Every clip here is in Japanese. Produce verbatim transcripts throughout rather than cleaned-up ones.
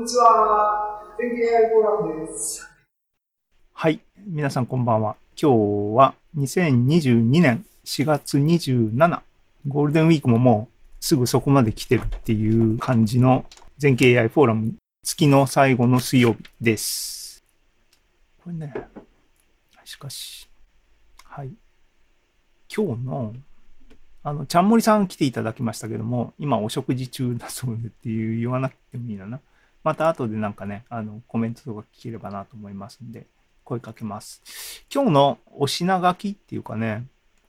にちは。天気 エーアイ フォーラムです。 はい。皆さんこんばんは。今日はにせんにじゅうにねんしがつにじゅうしちにち。ゴールデンウィークももうすぐそこまで来てるっていう感じの全景 エーアイ フォーラム月の最後の水曜日です。これね、しかし、はい。今日の、あの、ちゃんもりさん来ていただきましたけども、今お食事中だそうでっていう言わなくてもいいなな。また後でなんかね、あの、コメントとか聞ければなと思いますんで、声かけます。今日のお品書きっていうかね、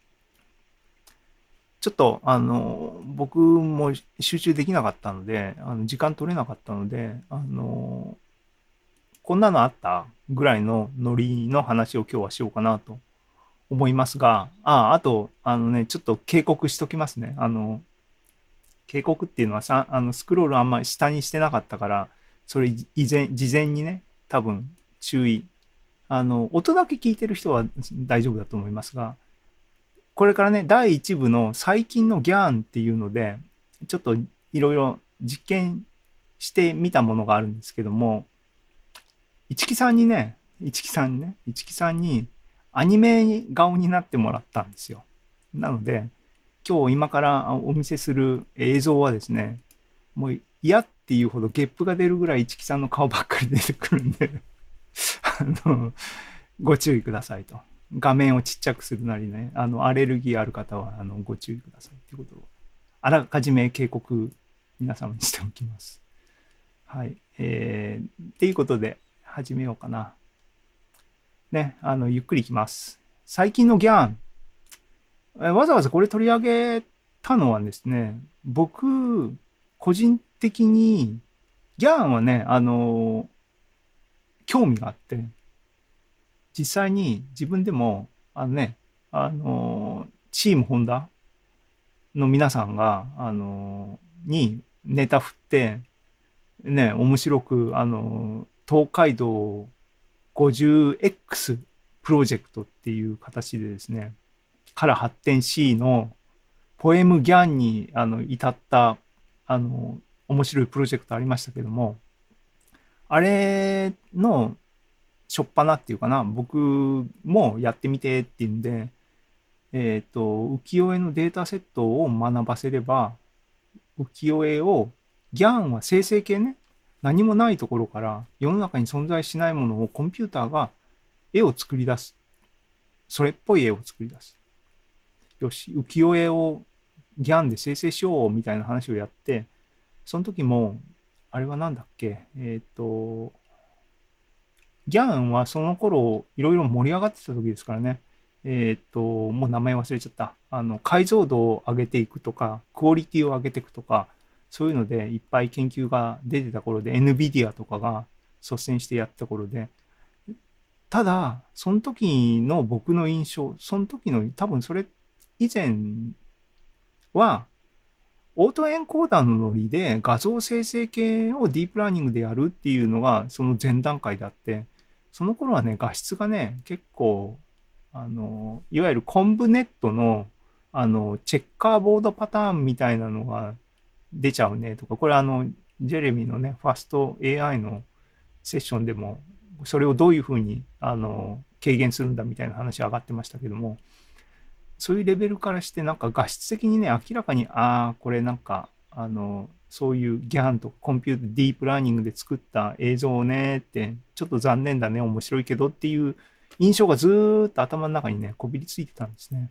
ちょっと、あの、僕も集中できなかったので、あの時間取れなかったので、あの、こんなのあったぐらいのノリの話を今日はしようかなと思いますが、あ、あと、あのね、ちょっと警告しときますね。あの、警告っていうのはさ、あの、スクロールあんまり下にしてなかったから、それ以前、事前にね、多分注意。あの、音だけ聞いてる人は大丈夫だと思いますが、これからね、だいいち部の最近のギャンっていうので、ちょっといろいろ実験してみたものがあるんですけども、市木さんにね、市木さんにね、市木さんにアニメ顔になってもらったんですよ。なので、今日今からお見せする映像はですね、もう嫌っていうほどゲップが出るぐらい市木さんの顔ばっかり出てくるんであの、ご注意くださいと。画面をちっちゃくするなりね、あの、アレルギーある方は、あの、ご注意くださいということを、あらかじめ警告、皆様にしておきます。はい。えー、っていうことで、始めようかな。ね、あの、ゆっくりいきます。最近のギャン、えわざわざこれ取り上げたのはですね、僕、個人的に、ギャンはね、あの、興味があって、実際に自分でも、あのね、あの、チームホンダの皆さんが、あの、にネタ振って、ね、面白く、あの、東海道 ごじゅうエックス プロジェクトっていう形でですね、から発展 C のポエムギャンにあの至った、あの、面白いプロジェクトありましたけども、あれのしょっぱなっていうかな、僕もやってみてっていうんで、えっ、と、浮世絵のデータセットを学ばせれば、浮世絵を、ギャンは生成系ね、何もないところから世の中に存在しないものをコンピューターが絵を作り出す。それっぽい絵を作り出す。よし、浮世絵をギャンで生成しようみたいな話をやって、その時も、あれはなんだっけ、えっ、と、ギャンはその頃いろいろ盛り上がってた時ですからね。えっ、と、もう名前忘れちゃった。あの、解像度を上げていくとか、クオリティを上げていくとか、そういうのでいっぱい研究が出てた頃で、エヌビディア とかが率先してやった頃で、ただ、その時の僕の印象、その時の多分それ以前は、オートエンコーダーのノリで画像生成系をディープラーニングでやるっていうのがその前段階であって、その頃はね、画質がね、結構、あの、いわゆるコンブネットの、あの、チェッカーボードパターンみたいなのが出ちゃうねとか、これあの、ジェレミーのね、ファスト エーアイ のセッションでも、それをどういうふうに、あの、軽減するんだみたいな話上がってましたけども、そういうレベルからして、なんか画質的にね、明らかに、ああ、これなんか、あの、そういうギャンとかコンピュータ、ディープラーニングで作った映像をねって、ちょっと残念だね、面白いけどっていう印象がずーっと頭の中にね、こびりついてたんですね。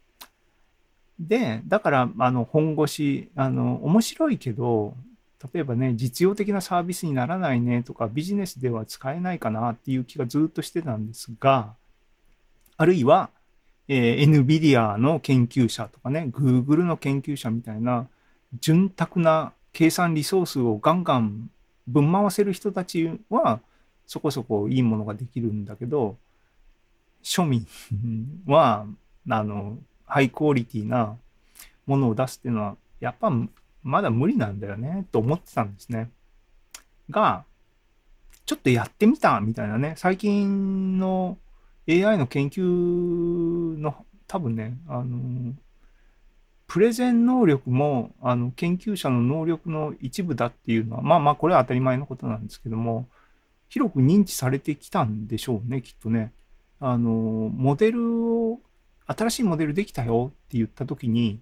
で、だから、あの、本腰、あの、面白いけど、例えばね、実用的なサービスにならないねとか、ビジネスでは使えないかなっていう気がずっとしてたんですが、あるいは、えー、エヌビディア の研究者とかね、Google の研究者みたいな、潤沢な計算リソースをガンガンぶん回せる人たちは、そこそこいいものができるんだけど、庶民は、あの、ハイクオリティなものを出すっていうのは、やっぱまだ無理なんだよね、と思ってたんですね。が、ちょっとやってみたみたいなね、最近の エーアイ の研究の多分ね、あの、 プレゼン能力も、あの、研究者の能力の一部だっていうのは、まあまあ、これは当たり前のことなんですけども、広く認知されてきたんでしょうね、きっとね。あの、モデルを、新しいモデルできたよって言ったときに、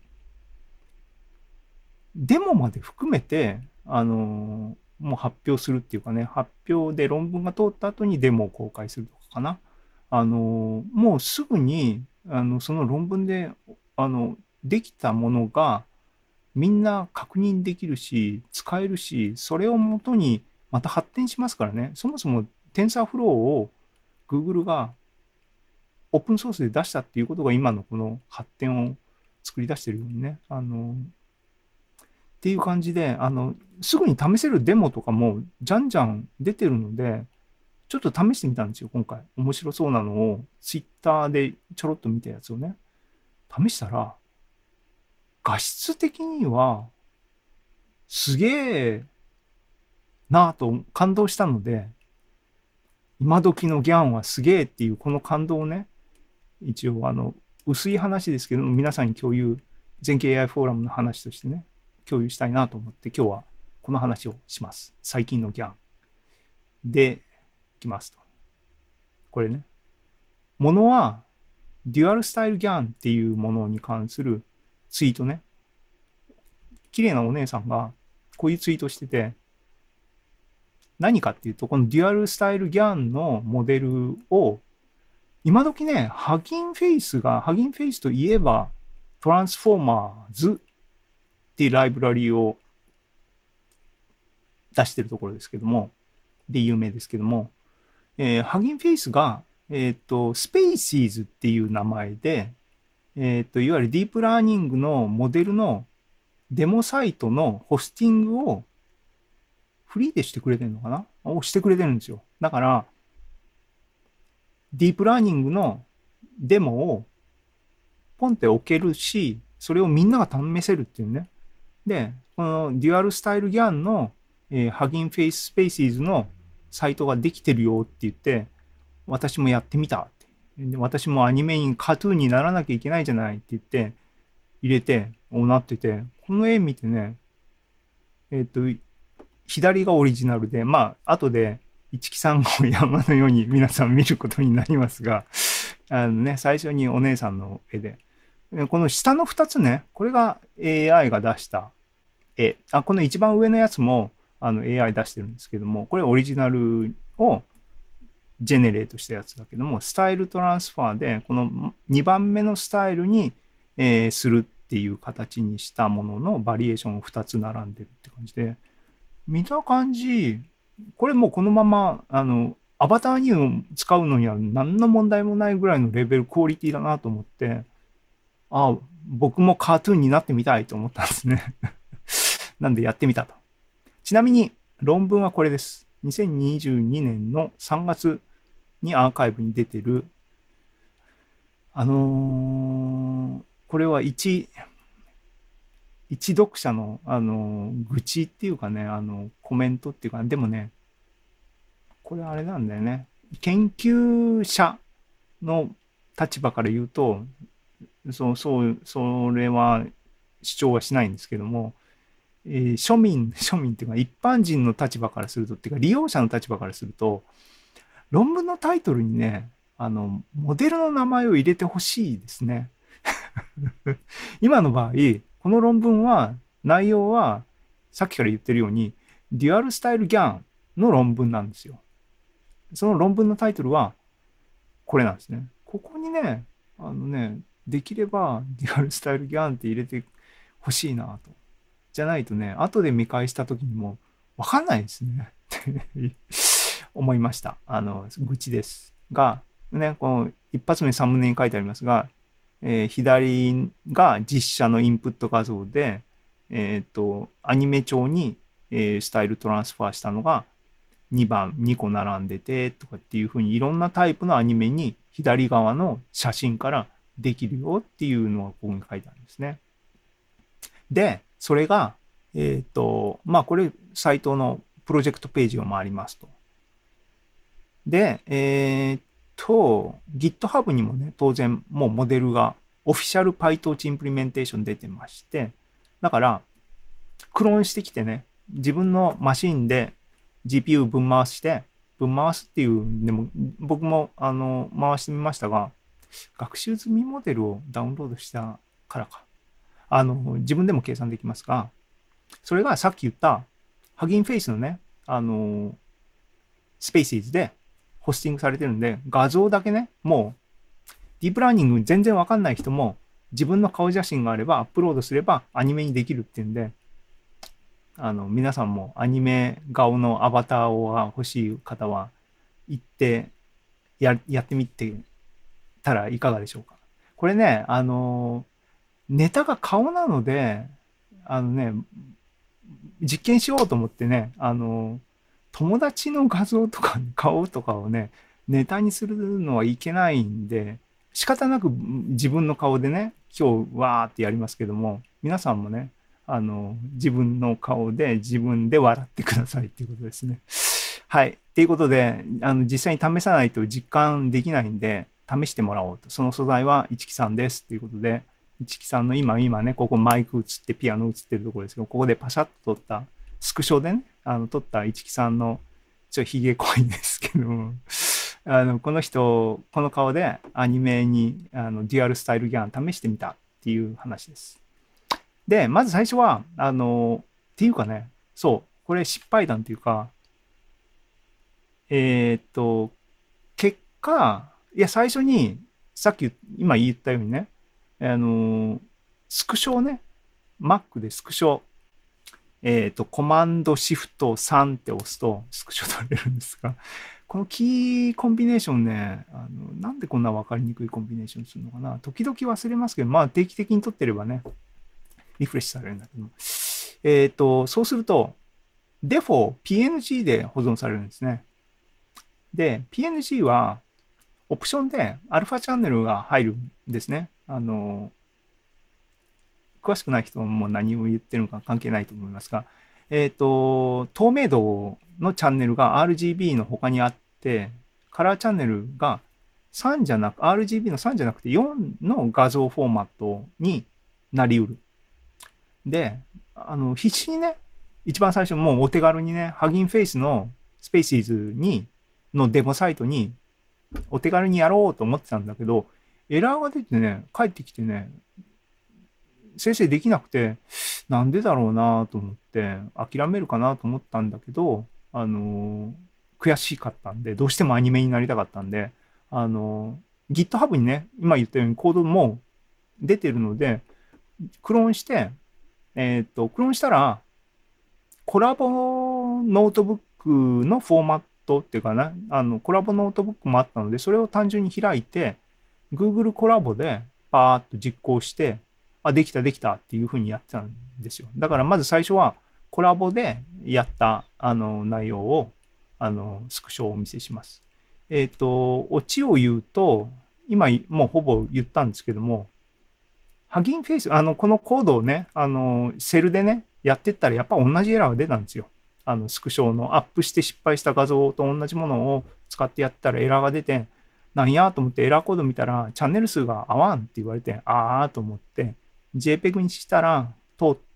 デモまで含めて、あの、もう発表するっていうかね、発表で論文が通った後にデモを公開するとかかな。あの、もうすぐに、あの、その論文で、あの、できたものがみんな確認できるし、使えるし、それをもとにまた発展しますからね。そもそも TensorFlow を Google がオープンソースで出したっていうことが今のこの発展を作り出してるようにね。あの、っていう感じで、あの、すぐに試せるデモとかもじゃんじゃん出てるので、ちょっと試してみたんですよ、今回。面白そうなのを、ツイッターでちょろっと見たやつをね。試したら、画質的には、すげえなぁと感動したので、今時のギャンはすげえっていうこの感動をね、一応あの、薄い話ですけど、皆さんに共有、全景 エーアイ フォーラムの話としてね、共有したいなと思って今日はこの話をします。最近のギャン。で、いきますと。これね。ものは、デュアルスタイルギャンっていうものに関するツイートね。綺麗なお姉さんがこういうツイートしてて、何かっていうと、このデュアルスタイルギャンのモデルを、今時ね、ハギンフェイスが、ハギンフェイスといえば、トランスフォーマーズっていうライブラリを出してるところですけども、で、有名ですけども、えー、ハギンフェイスが、えっ、ー、と、スペーシーズっていう名前で、えっ、ー、と、いわゆるディープラーニングのモデルのデモサイトのホスティングをフリーでしてくれてるのかなをしてくれてるんですよ。だから、ディープラーニングのデモをポンって置けるし、それをみんなが試せるっていうね。で、このデュアルスタイルギャンの、えー、ハギンフェイススペーシーズのサイトができてるよって言って、私もやってみたって。で私もアニメにカトゥーンにならなきゃいけないじゃないって言って入れて、おなってて、この絵見てね、えっ、と、左がオリジナルで、まあ、後で一木さんを山のように皆さん見ることになりますが、あのね、最初にお姉さんの絵で、この下の二つね、これが エーアイ が出した絵。あ、この一番上のやつもあの エーアイ 出してるんですけども、これオリジナルをジェネレートしたやつだけども、スタイルトランスファーで、このにばんめのスタイルに、えー、するっていう形にしたもののバリエーションをふたつ並んでるって感じで、見た感じ、これもうこのまま、あの、アバターに使うのには何の問題もないぐらいのレベルクオリティだなと思って、ああ、僕もカートゥーンになってみたいと思ったんですね。なんでやってみたと。ちなみに論文はこれです。にせんにじゅうにねんのさんがつにアーカイブに出てる、あのー、これは一、一読者の、あのー、愚痴っていうかね、あの、コメントっていうか、でもね、これあれなんだよね。研究者の立場から言うと、そう、そう、それは主張はしないんですけども、えー庶民、庶民っていうか一般人の立場からすると、っていうか利用者の立場からすると、論文のタイトルにね、あの、モデルの名前を入れてほしいですね。今の場合、この論文は、内容は、さっきから言ってるように、デュアルスタイルギャンの論文なんですよ。その論文のタイトルは、これなんですね。ここにね、あのね、できれば、デュアルスタイルギャンって入れてほしいなと。じゃないとね、後で見返した時にも、わかんないですね。って思いました。あの、愚痴です。が、ね、この一発目サムネに書いてありますが、えー左が実写のインプット画像で、えっと、アニメ調に、えースタイルトランスファーしたのがにばん、にこ並んでてとかっていう風にいろんなタイプのアニメに左側の写真からできるよっていうのがここに書いてあるんですね。で、それが、えっと、まあこれサイトのプロジェクトページを回りますと。で、えーっと、GitHub にもね、当然もうモデルがオフィシャル PyTorch インプリメンテーション出てまして、だから、クローンしてきてね、自分のマシンで ジーピーユー 分回して、分回すっていう、でも、僕も、あの、回してみましたが、学習済みモデルをダウンロードしたからか。あの、自分でも計算できますが、それがさっき言った、ハギンフェイスのね、あの、スペーシーズでホスティングされてるんで、画像だけね、もう、ディープラーニング全然わかんない人も、自分の顔写真があればアップロードすればアニメにできるっていうんで、あの、皆さんもアニメ顔のアバターが欲しい方は、行ってや、やってみてたらいかがでしょうか。これね、あの、ネタが顔なので、あのね、実験しようと思ってね、あの、友達の画像とか顔とかをね、ネタにするのはいけないんで、仕方なく自分の顔でね、今日わーってやりますけども、皆さんもね、あの、自分の顔で自分で笑ってくださいっていうことですね。はい。っていうことで、あの、実際に試さないと実感できないんで、試してもらおうと。その素材は一木さんですっていうことで、一木さんの今、今ね、ここマイク映ってピアノ映ってるところですけど、ここでパシャッと撮った、スクショでね、あの、撮った一木さんの、ちょっとヒゲ濃いんですけども、あの、この人、この顔でアニメに、あの、デュアルスタイルギャン試してみたっていう話です。で、まず最初は、あの、っていうかね、そう、これ失敗談っていうか、えーっと、結果、いや、最初に、さっき、今言ったようにね、あの、スクショをね、Mac でスクショ、えーっと、コマンドシフトさんって押すと、スクショ取れるんですが、このキーコンビネーションね、あの、なんでこんな分かりにくいコンビネーションするのかな。時々忘れますけど、まあ定期的に取ってればね、リフレッシュされるんだけども。えーっと、そうすると、デフォ ピーエヌジー で保存されるんですね。で、ピーエヌジー は、オプションでアルファチャンネルが入るんですね。あの、詳しくない人も何を言ってるのか関係ないと思いますが、えっと、透明度のチャンネルが アールジービー の他にあって、カラーチャンネルがさんじゃなく、アールジービー のさんじゃなくてよんの画像フォーマットになりうる。で、あの、必死にね、一番最初もうお手軽にね、ハギンフェイスのスペーシーズに、のデモサイトにお手軽にやろうと思ってたんだけど、エラーが出てね、帰ってきてね、生成できなくて、なんでだろうなと思って、諦めるかなと思ったんだけど、あのー、悔しかったんで、どうしてもアニメになりたかったんで、あのー、GitHub にね、今言ったようにコードも出てるので、クローンして、えっと、クローンしたら、コラボノートブックのフォーマットっていうかな、あの、コラボノートブックもあったので、それを単純に開いて、Google コラボでパーッと実行して、あ、できたできたっていうふうにやってたんですよ。だからまず最初はコラボでやったあの内容をあのスクショをお見せします。えっ、ー、と、オチを言うと、今もうほぼ言ったんですけども、ハギンフェイス、あの、このコードをね、あの、セルでね、やってったらやっぱ同じエラーが出たんですよ。あの、スクショのアップして失敗した画像と同じものを使ってやったらエラーが出て、なんやと思ってエラーコード見たらチャンネル数が合わんって言われて、あーと思って、JPEG にしたら通って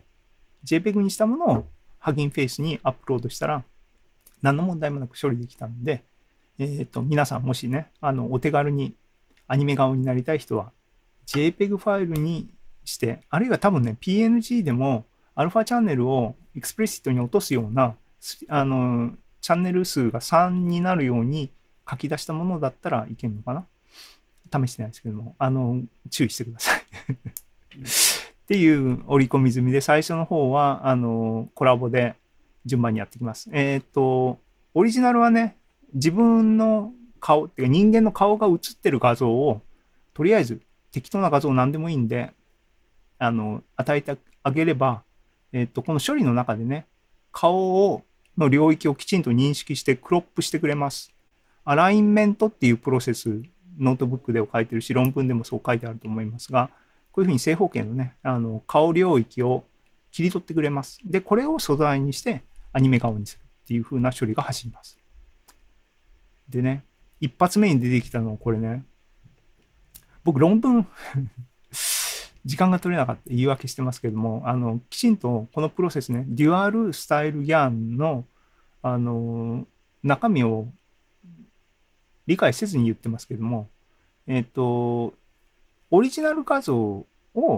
、JPEG にしたものをハギンフェイスにアップロードしたら、何の問題もなく処理できたんで、えっ、ー、と、皆さんもしね、あの、お手軽にアニメ顔になりたい人は、JPEG ファイルにして、あるいは多分ね、ピーエヌジー でも、アルファチャンネルをエクスプレシットに落とすような、あの、チャンネル数がさんになるように書き出したものだったらいけるのかな。試してないですけども、あの、注意してください。っていう折り込み済みで、最初の方は、あの、コラボで順番にやっていきます。えっ、ー、と、オリジナルはね、自分の顔、っていうか人間の顔が映ってる画像を、とりあえず適当な画像何でもいいんで、あの、与えてあげれば、えっ、ー、と、この処理の中でね、顔を、の領域をきちんと認識してクロップしてくれます。アラインメントっていうプロセス、ノートブックでも書いてるし、論文でもそう書いてあると思いますが、こういうふうに正方形のね、あの、顔領域を切り取ってくれます。で、これを素材にしてアニメ顔にするっていうふうな処理が走ります。でね、一発目に出てきたのはこれね、 僕論文時間が取れなかった言い訳してますけども、あの、きちんとこのプロセスね、デュアルスタイルギャンの、あの、中身を理解せずに言ってますけども、えっと、オリジナル画像を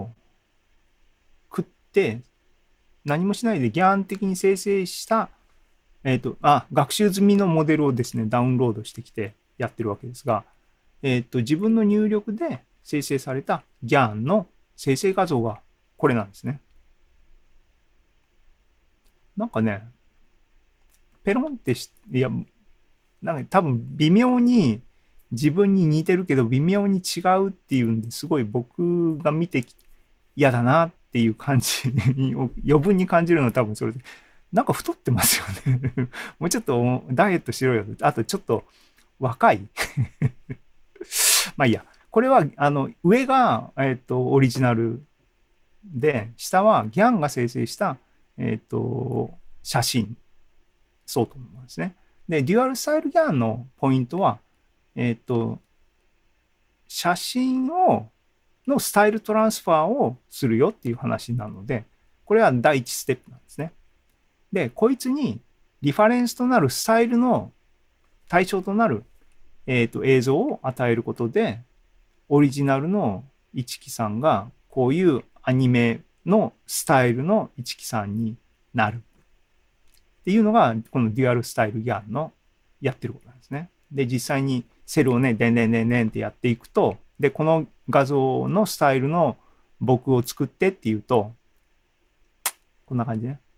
食って何もしないでギャン的に生成した、えっと、あ、学習済みのモデルをですね、ダウンロードしてきてやってるわけですが、えっと、自分の入力で生成されたギャンの生成画像がこれなんですね。なんかね、ペロンってし、いや、なんか多分微妙に自分に似てるけど微妙に違うっていうんですごい僕が見て嫌だなっていう感じを余分に感じるのは多分それで、なんか太ってますよねもうちょっとダイエットしろよ。あとちょっと若いまあいいや。これは、あの、上が、えっと、オリジナルで、下はギャンが生成した、えっと、写真相当のものですね。で、デュアルスタイルギャンのポイントは、えっと、写真を、のスタイルトランスファーをするよっていう話なので、これは第一ステップなんですね。で、こいつにリファレンスとなるスタイルの対象となる、えー、と映像を与えることで、オリジナルの一木さんがこういうアニメのスタイルの一木さんになるっていうのが、このデュアルスタイルギャンのやってることなんですね。で、実際にセルをね、でんでんでんでんってやっていくと、で、この画像のスタイルの僕を作ってっていうと、こんな感じね。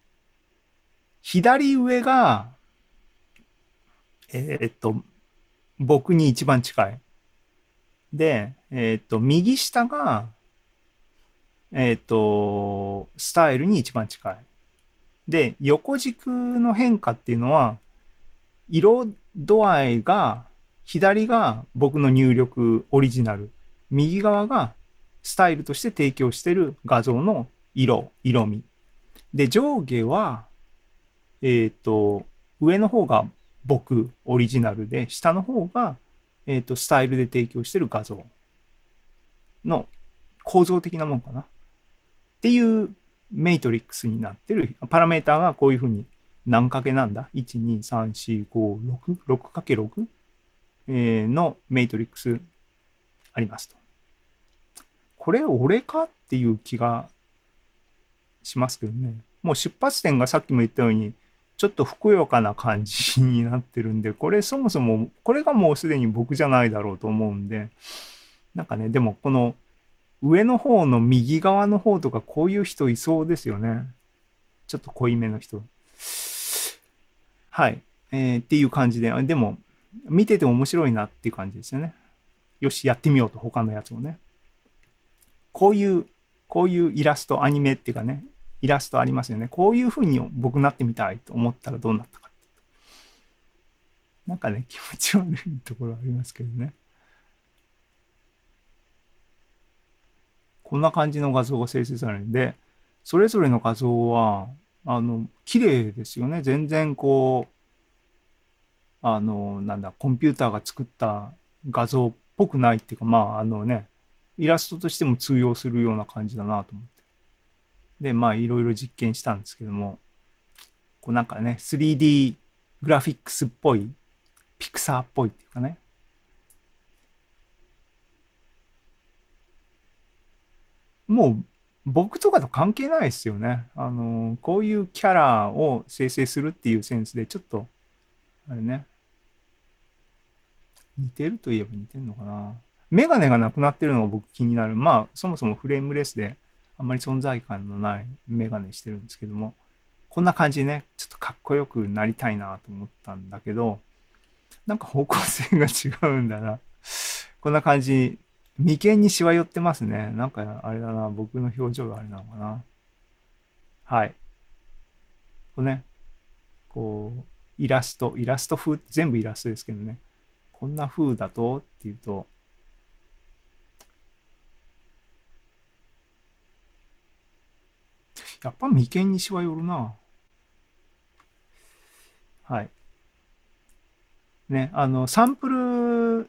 左上が、えーっと、僕に一番近い。で、えーっと、右下が、えーっと、スタイルに一番近い。で、横軸の変化っていうのは、色度合いが、左が僕の入力オリジナル、右側がスタイルとして提供している画像の色、色味。で、上下は、えっ、と、上の方が僕、オリジナルで、下の方が、えっ、と、スタイルで提供している画像の構造的なもんかな。っていうメイトリックスになってる、パラメーターがこういうふうに何かけなんだ ?いち、に、さん、よん、ご、ろく、ろくかけるろく のメイトリックスありますと。これ俺かっていう気がしますけどね。もう出発点がさっきも言ったように、ちょっとふくよかな感じになってるんで、これそもそも、これがもうすでに僕じゃないだろうと思うんで、なんかね、でもこの上の方の右側の方とかこういう人いそうですよね。ちょっと濃いめの人。はい。えーっていう感じで、でも、見てて面白いなっていう感じですよね。よし、やってみようと、他のやつをね。こういう、こういうイラスト、アニメっていうかね、イラストありますよね。こういう風に僕なってみたいと思ったらどうなったか。なんかね、気持ち悪いところありますけどね。こんな感じの画像が生成されるんで、それぞれの画像は、あの、綺麗ですよね。全然こう、あの、なんだ、コンピューターが作った画像っぽくないっていうか、まあ、あのね、イラストとしても通用するような感じだなと思って。で、まあ、いろいろ実験したんですけども、こうなんかね、スリーディー グラフィックスっぽい、ピクサーっぽいっていうかね、もう僕とかと関係ないですよね。あの、こういうキャラを生成するっていうセンスで、ちょっと、あれね、似てるといえば似てるのかな。メガネがなくなってるのが僕気になる。まあ、そもそもフレームレスで、あんまり存在感のないメガネしてるんですけども、こんな感じでね、ちょっとかっこよくなりたいなと思ったんだけど、なんか方向性が違うんだな。こんな感じ。眉間にしわ寄ってますね。なんかあれだな。僕の表情があれなのかな。はい。こうね、こう、イラスト、イラスト風、全部イラストですけどね。こんな風だとっていうと、やっぱ眉間にしわ寄るな。はい。ね、あの、サンプル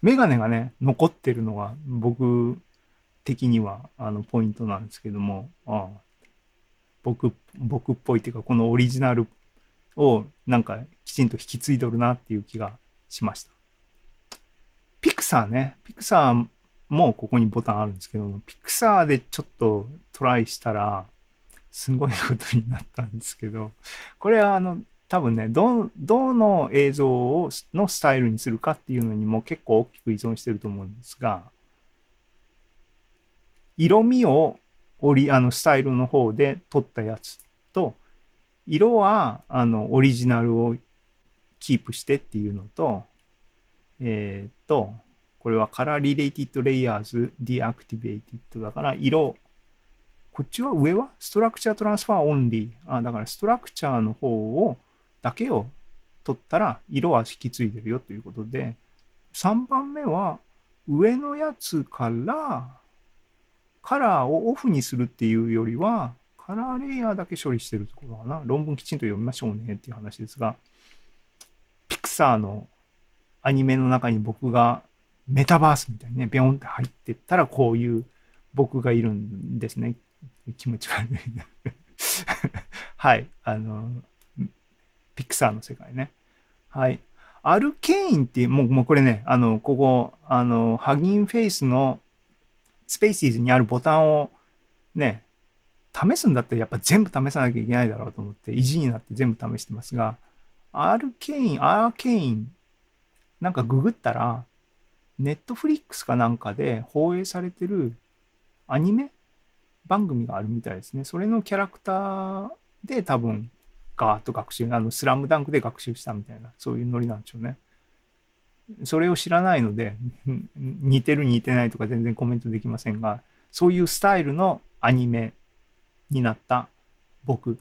メガネがね、残ってるのが僕的にはあのポイントなんですけども、ああ僕、僕っぽいっていうか、このオリジナルをなんかきちんと引き継いどるなっていう気がしました。ピクサーね。ピクサーもここにボタンあるんですけど、ピクサーでちょっとトライしたら、すごいことになったんですけど、これはあの、多分ね、ど、どの映像を、のスタイルにするかっていうのにも結構大きく依存してると思うんですが、色味をオリ、あの、スタイルの方で撮ったやつと、色は、あの、オリジナルをキープしてっていうのと、えっと、これは Color Related Layers Deactivated だから、色、こっちは上はストラクチャートランスファーオンリー。あ、だからストラクチャーの方を、だけを取ったら色は引き継いでるよということで、さんばんめは上のやつからカラーをオフにするっていうよりは、カラーレイヤーだけ処理してるところかな。論文きちんと読みましょうねっていう話ですが、ピクサーのアニメの中に僕がメタバースみたいにね、ビョンって入ってったらこういう僕がいるんですね。気持ち悪い。はい。あの、ピクサーの世界ね。はい。アルケインっていう、もう、もうこれね、あの、ここ、あの、ハギンフェイスのスペーシーズにあるボタンをね、試すんだったらやっぱ全部試さなきゃいけないだろうと思って意地になって全部試してますが、アルケイン、アーケイン、なんかググったら、ネットフリックスかなんかで放映されてるアニメ番組があるみたいですね。それのキャラクターで多分ガーッと学習、あの、スラムダンクで学習したみたいな、そういうノリなんでしょうね。それを知らないので、似てる似てないとか全然コメントできませんが、そういうスタイルのアニメになった僕。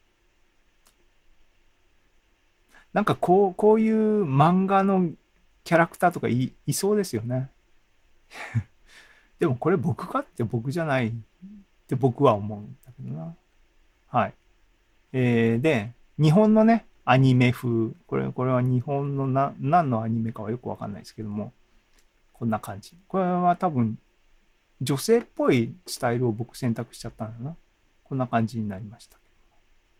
なんかこう、こういう漫画のキャラクターとかい、いそうですよね。でもこれ僕かって僕じゃないって僕は思うんだけどな。はい。えー、で、日本のね、アニメ風。これ、これは日本のな、何のアニメかはよくわかんないですけども、こんな感じ。これは多分、女性っぽいスタイルを僕選択しちゃったんだな。こんな感じになりました。